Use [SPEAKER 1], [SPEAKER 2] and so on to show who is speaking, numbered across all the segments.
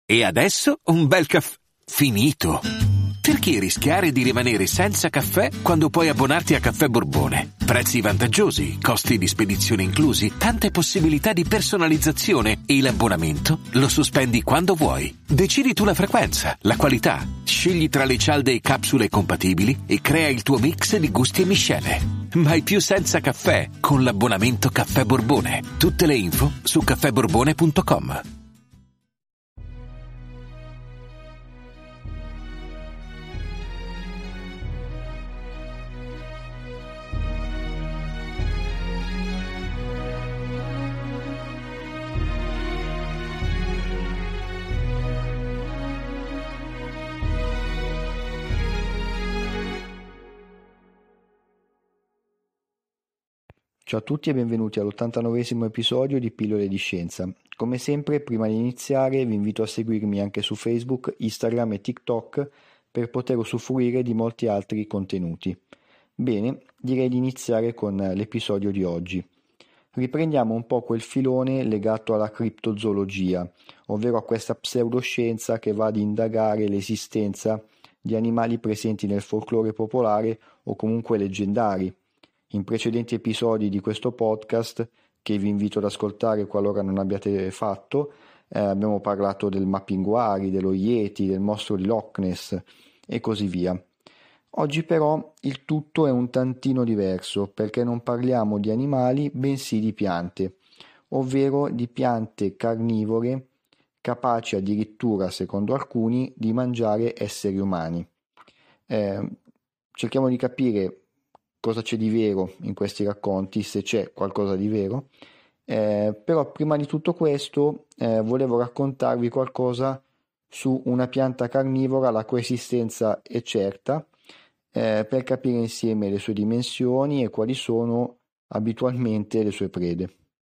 [SPEAKER 1] E adesso un bel caffè finito. Perché rischiare di rimanere senza caffè quando puoi abbonarti a Caffè Borbone? Prezzi vantaggiosi, costi di spedizione inclusi, tante possibilità di personalizzazione e l'abbonamento lo sospendi quando vuoi. Decidi tu la frequenza, la qualità, scegli tra le cialde e capsule compatibili e crea il tuo mix di gusti e miscele. Mai più senza caffè con l'abbonamento Caffè Borbone. Tutte le info su caffèborbone.com.
[SPEAKER 2] Ciao a tutti e benvenuti all'89esimo episodio di Pillole di Scienza. Come sempre, prima di iniziare vi invito a seguirmi anche su Facebook, Instagram e TikTok per poter usufruire di molti altri contenuti. Bene, direi di iniziare con l'episodio di oggi. Riprendiamo un po' quel filone legato alla criptozoologia, ovvero a questa pseudoscienza che va ad indagare l'esistenza di animali presenti nel folklore popolare o comunque leggendari. In precedenti episodi di questo podcast, che vi invito ad ascoltare qualora non abbiate fatto, abbiamo parlato del Mapinguari, dello Yeti, del mostro di Loch Ness e così via. Oggi però il tutto è un tantino diverso perché non parliamo di animali bensì di piante, ovvero di piante carnivore capaci addirittura, secondo alcuni, di mangiare esseri umani. Cerchiamo di capire cosa c'è di vero in questi racconti, se c'è qualcosa di vero, però prima di tutto questo volevo raccontarvi qualcosa su una pianta carnivora la cui esistenza è certa, per capire insieme le sue dimensioni e quali sono abitualmente le sue prede.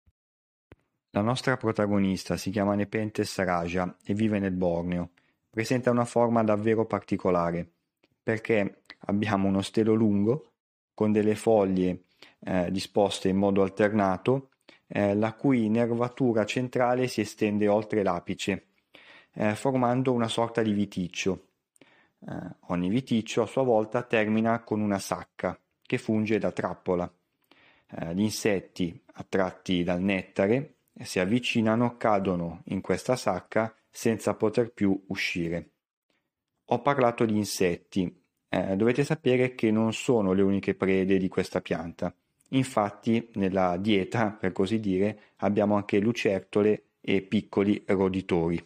[SPEAKER 2] La nostra protagonista si chiama Nepenthes raja e vive nel Borneo. Presenta una forma davvero particolare, perché abbiamo uno stelo lungo con delle foglie disposte in modo alternato, la cui nervatura centrale si estende oltre l'apice, formando una sorta di viticcio. Ogni viticcio a sua volta termina con una sacca che funge da trappola. Gli insetti, attratti dal nettare, si avvicinano, cadono in questa sacca senza poter più uscire. Ho parlato di insetti. Dovete sapere che non sono le uniche prede di questa pianta. Infatti, nella dieta, per così dire, abbiamo anche lucertole e piccoli roditori.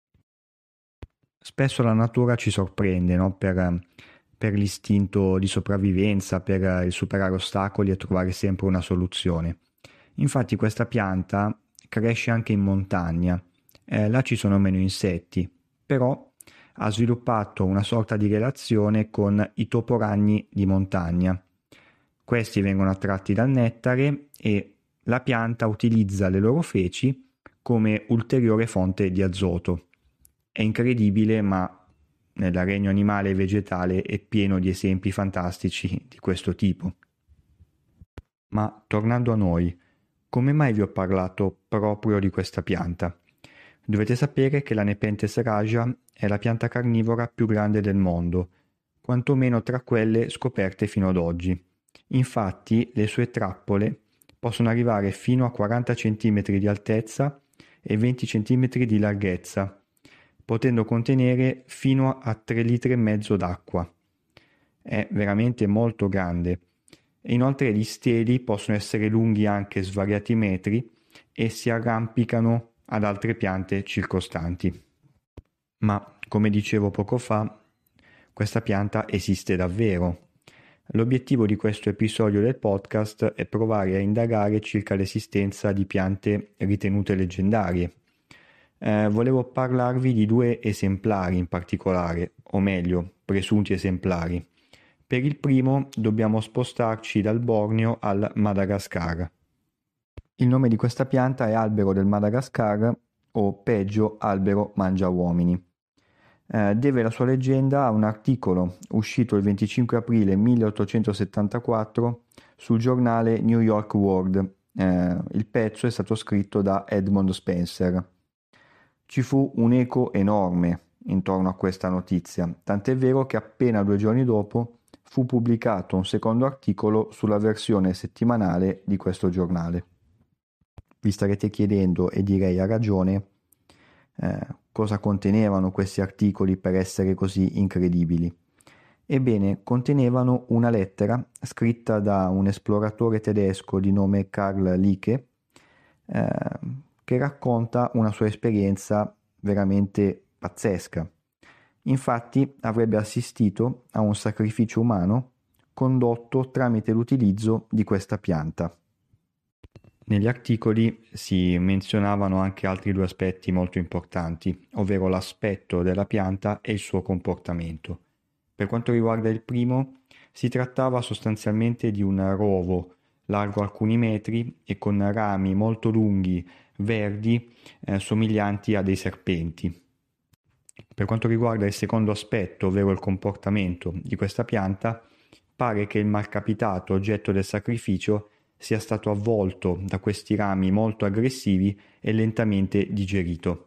[SPEAKER 2] Spesso la natura ci sorprende, no? Per l'istinto di sopravvivenza, per il superare ostacoli e trovare sempre una soluzione. Infatti questa pianta cresce anche in montagna. Là ci sono meno insetti, però ha sviluppato una sorta di relazione con i toporagni di montagna. Questi vengono attratti dal nettare e la pianta utilizza le loro feci come ulteriore fonte di azoto. È incredibile, ma nel regno animale e vegetale è pieno di esempi fantastici di questo tipo. Ma tornando a noi, come mai vi ho parlato proprio di questa pianta? Dovete sapere che la Nepenthes raja è la pianta carnivora più grande del mondo, quantomeno tra quelle scoperte fino ad oggi. Infatti, le sue trappole possono arrivare fino a 40 cm di altezza e 20 cm di larghezza, potendo contenere fino a 3,5 litri d'acqua. È veramente molto grande. Inoltre gli steli possono essere lunghi anche svariati metri e si arrampicano ad altre piante circostanti. Ma, come dicevo poco fa, questa pianta esiste davvero. L'obiettivo di questo episodio del podcast è provare a indagare circa l'esistenza di piante ritenute leggendarie. Volevo parlarvi di 2 esemplari in particolare, o meglio, presunti esemplari. Per il primo dobbiamo spostarci dal Borneo al Madagascar. Il nome di questa pianta è albero del Madagascar o peggio albero mangiauomini. Deve la sua leggenda a un articolo uscito il 25 aprile 1874 sul giornale New York World. Il pezzo è stato scritto da Edmund Spencer. Ci fu un eco enorme intorno a questa notizia, tant'è vero che appena 2 giorni dopo fu pubblicato un secondo articolo sulla versione settimanale di questo giornale. Vi starete chiedendo, e direi a ragione, cosa contenevano questi articoli per essere così incredibili. Ebbene, contenevano una lettera scritta da un esploratore tedesco di nome Karl Lieke, che racconta una sua esperienza veramente pazzesca. Infatti avrebbe assistito a un sacrificio umano condotto tramite l'utilizzo di questa pianta. Negli articoli si menzionavano anche altri 2 aspetti molto importanti, ovvero l'aspetto della pianta e il suo comportamento. Per quanto riguarda il primo, si trattava sostanzialmente di un rovo largo alcuni metri e con rami molto lunghi, verdi, somiglianti a dei serpenti. Per quanto riguarda il secondo aspetto, ovvero il comportamento di questa pianta, pare che il malcapitato oggetto del sacrificio sia stato avvolto da questi rami molto aggressivi e lentamente digerito.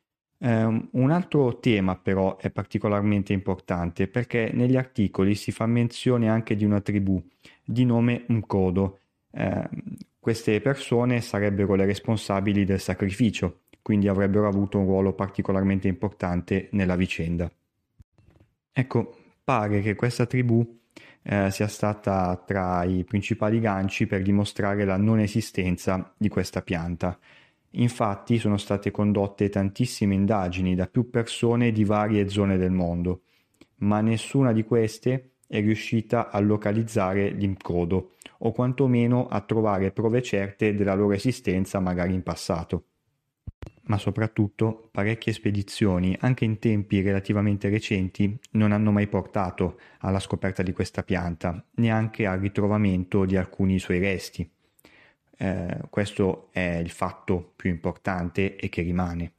[SPEAKER 2] Un altro tema però è particolarmente importante perché negli articoli si fa menzione anche di una tribù di nome Mkodo. Queste persone sarebbero le responsabili del sacrificio, quindi avrebbero avuto un ruolo particolarmente importante nella vicenda. Ecco, pare che questa tribù sia stata tra i principali ganci per dimostrare la non esistenza di questa pianta. Infatti sono state condotte tantissime indagini da più persone di varie zone del mondo, ma nessuna di queste è riuscita a localizzare l'Mkodo o quantomeno a trovare prove certe della loro esistenza magari in passato. Ma soprattutto parecchie spedizioni, anche in tempi relativamente recenti, non hanno mai portato alla scoperta di questa pianta, neanche al ritrovamento di alcuni suoi resti. Questo è il fatto più importante e che rimane.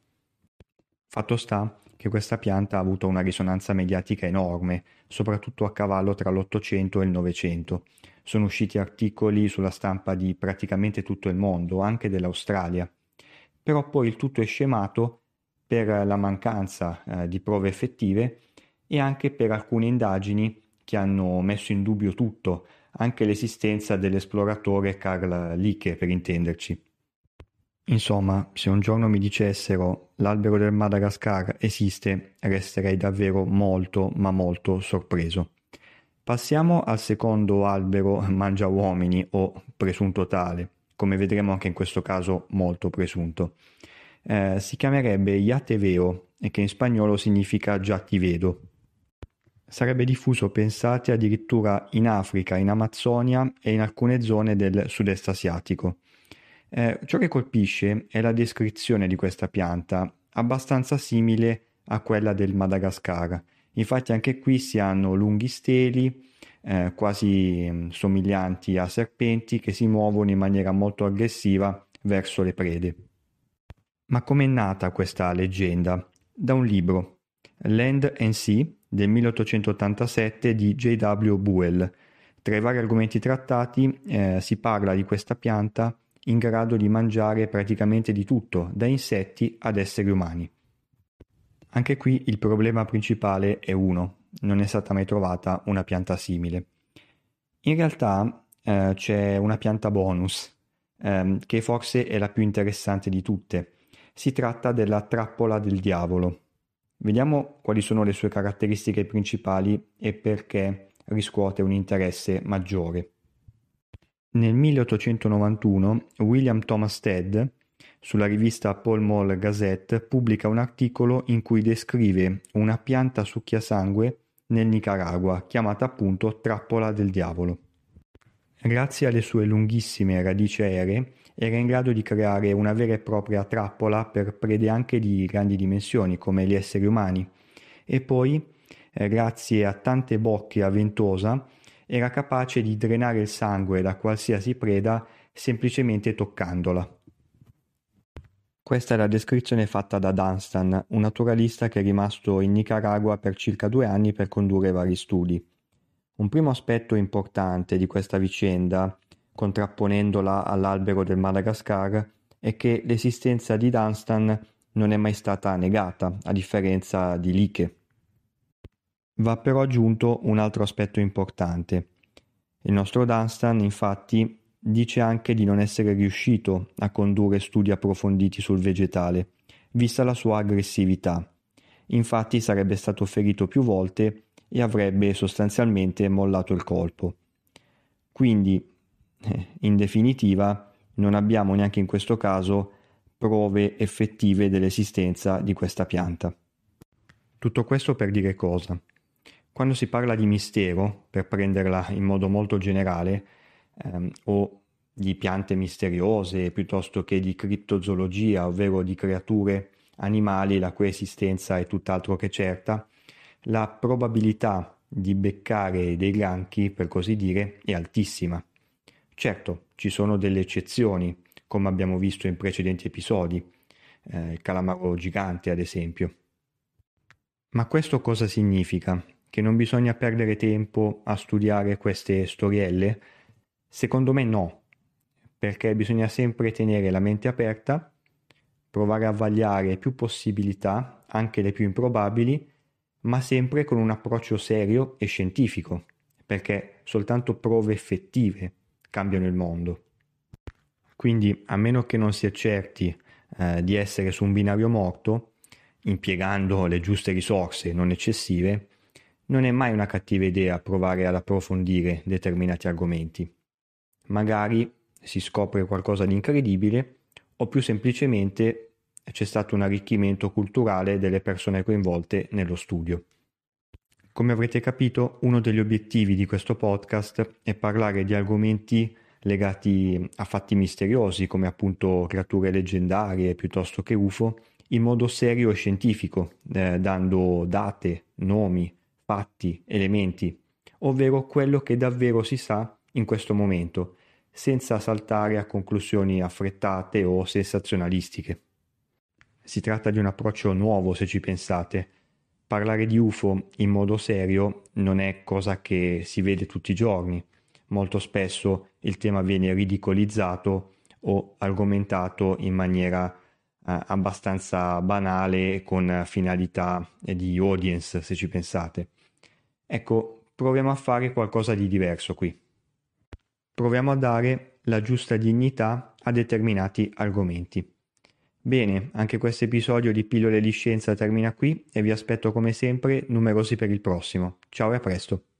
[SPEAKER 2] Fatto sta che questa pianta ha avuto una risonanza mediatica enorme, soprattutto a cavallo tra l'Ottocento e il Novecento. Sono usciti articoli sulla stampa di praticamente tutto il mondo, anche dell'Australia. Però poi il tutto è scemato per la mancanza di prove effettive e anche per alcune indagini che hanno messo in dubbio tutto, anche l'esistenza dell'esploratore Karl Lieke, per intenderci. Insomma, se un giorno mi dicessero l'albero del Madagascar esiste, resterei davvero molto, ma molto sorpreso. Passiamo al secondo albero mangiauomini o presunto tale, come vedremo anche in questo caso molto presunto. Si chiamerebbe Iateveo, che in spagnolo significa già ti vedo. Sarebbe diffuso, pensate, addirittura in Africa, in Amazzonia e in alcune zone del sud-est asiatico. Ciò che colpisce è la descrizione di questa pianta, abbastanza simile a quella del Madagascar. Infatti anche qui si hanno lunghi steli, quasi somiglianti a serpenti, che si muovono in maniera molto aggressiva verso le prede. Ma com'è nata questa leggenda? Da un libro, Land and Sea, del 1887 di J.W. Buell. Tra i vari argomenti trattati si parla di questa pianta in grado di mangiare praticamente di tutto, da insetti ad esseri umani. Anche qui il problema principale è uno: non è stata mai trovata una pianta simile. In realtà c'è una pianta bonus, che forse è la più interessante di tutte. Si tratta della trappola del diavolo. Vediamo quali sono le sue caratteristiche principali e perché riscuote un interesse maggiore. Nel 1891 William Thomas Stead, sulla rivista Pall Mall Gazette, pubblica un articolo in cui descrive una pianta succhiasangue nel Nicaragua, chiamata appunto trappola del diavolo. Grazie alle sue lunghissime radici aeree, era in grado di creare una vera e propria trappola per prede anche di grandi dimensioni, come gli esseri umani, e poi, grazie a tante bocche a ventosa, era capace di drenare il sangue da qualsiasi preda semplicemente toccandola. Questa è la descrizione fatta da Dunstan, un naturalista che è rimasto in Nicaragua per circa 2 anni per condurre vari studi. Un primo aspetto importante di questa vicenda, contrapponendola all'albero del Madagascar, è che l'esistenza di Dunstan non è mai stata negata, a differenza di Liche. Va però aggiunto un altro aspetto importante. Il nostro Dunstan, infatti, dice anche di non essere riuscito a condurre studi approfonditi sul vegetale, vista la sua aggressività. Infatti sarebbe stato ferito più volte e avrebbe sostanzialmente mollato il colpo. Quindi, in definitiva, non abbiamo neanche in questo caso prove effettive dell'esistenza di questa pianta. Tutto questo per dire cosa? Quando si parla di mistero, per prenderla in modo molto generale, o di piante misteriose piuttosto che di criptozoologia, ovvero di creature animali la cui esistenza è tutt'altro che certa, la probabilità di beccare dei granchi, per così dire, è altissima. Certo, ci sono delle eccezioni, come abbiamo visto in precedenti episodi, il calamaro gigante ad esempio. Ma questo cosa significa? Che non bisogna perdere tempo a studiare queste storielle? Secondo me no, perché bisogna sempre tenere la mente aperta, provare a vagliare più possibilità, anche le più improbabili, ma sempre con un approccio serio e scientifico, perché soltanto prove effettive cambiano il mondo. Quindi, a meno che non si è certi di essere su un binario morto, impiegando le giuste risorse non eccessive, non è mai una cattiva idea provare ad approfondire determinati argomenti. Magari si scopre qualcosa di incredibile o più semplicemente c'è stato un arricchimento culturale delle persone coinvolte nello studio. Come avrete capito, uno degli obiettivi di questo podcast è parlare di argomenti legati a fatti misteriosi come appunto creature leggendarie piuttosto che UFO in modo serio e scientifico, dando date, nomi, fatti, elementi, ovvero quello che davvero si sa in questo momento, senza saltare a conclusioni affrettate o sensazionalistiche. Si tratta di un approccio nuovo se ci pensate. Parlare di UFO in modo serio non è cosa che si vede tutti i giorni. Molto spesso il tema viene ridicolizzato o argomentato in maniera abbastanza banale con finalità di audience, se ci pensate. Ecco, proviamo a fare qualcosa di diverso qui. Proviamo a dare la giusta dignità a determinati argomenti. Bene, anche questo episodio di Pillole di Scienza termina qui e vi aspetto come sempre numerosi per il prossimo. Ciao e a presto!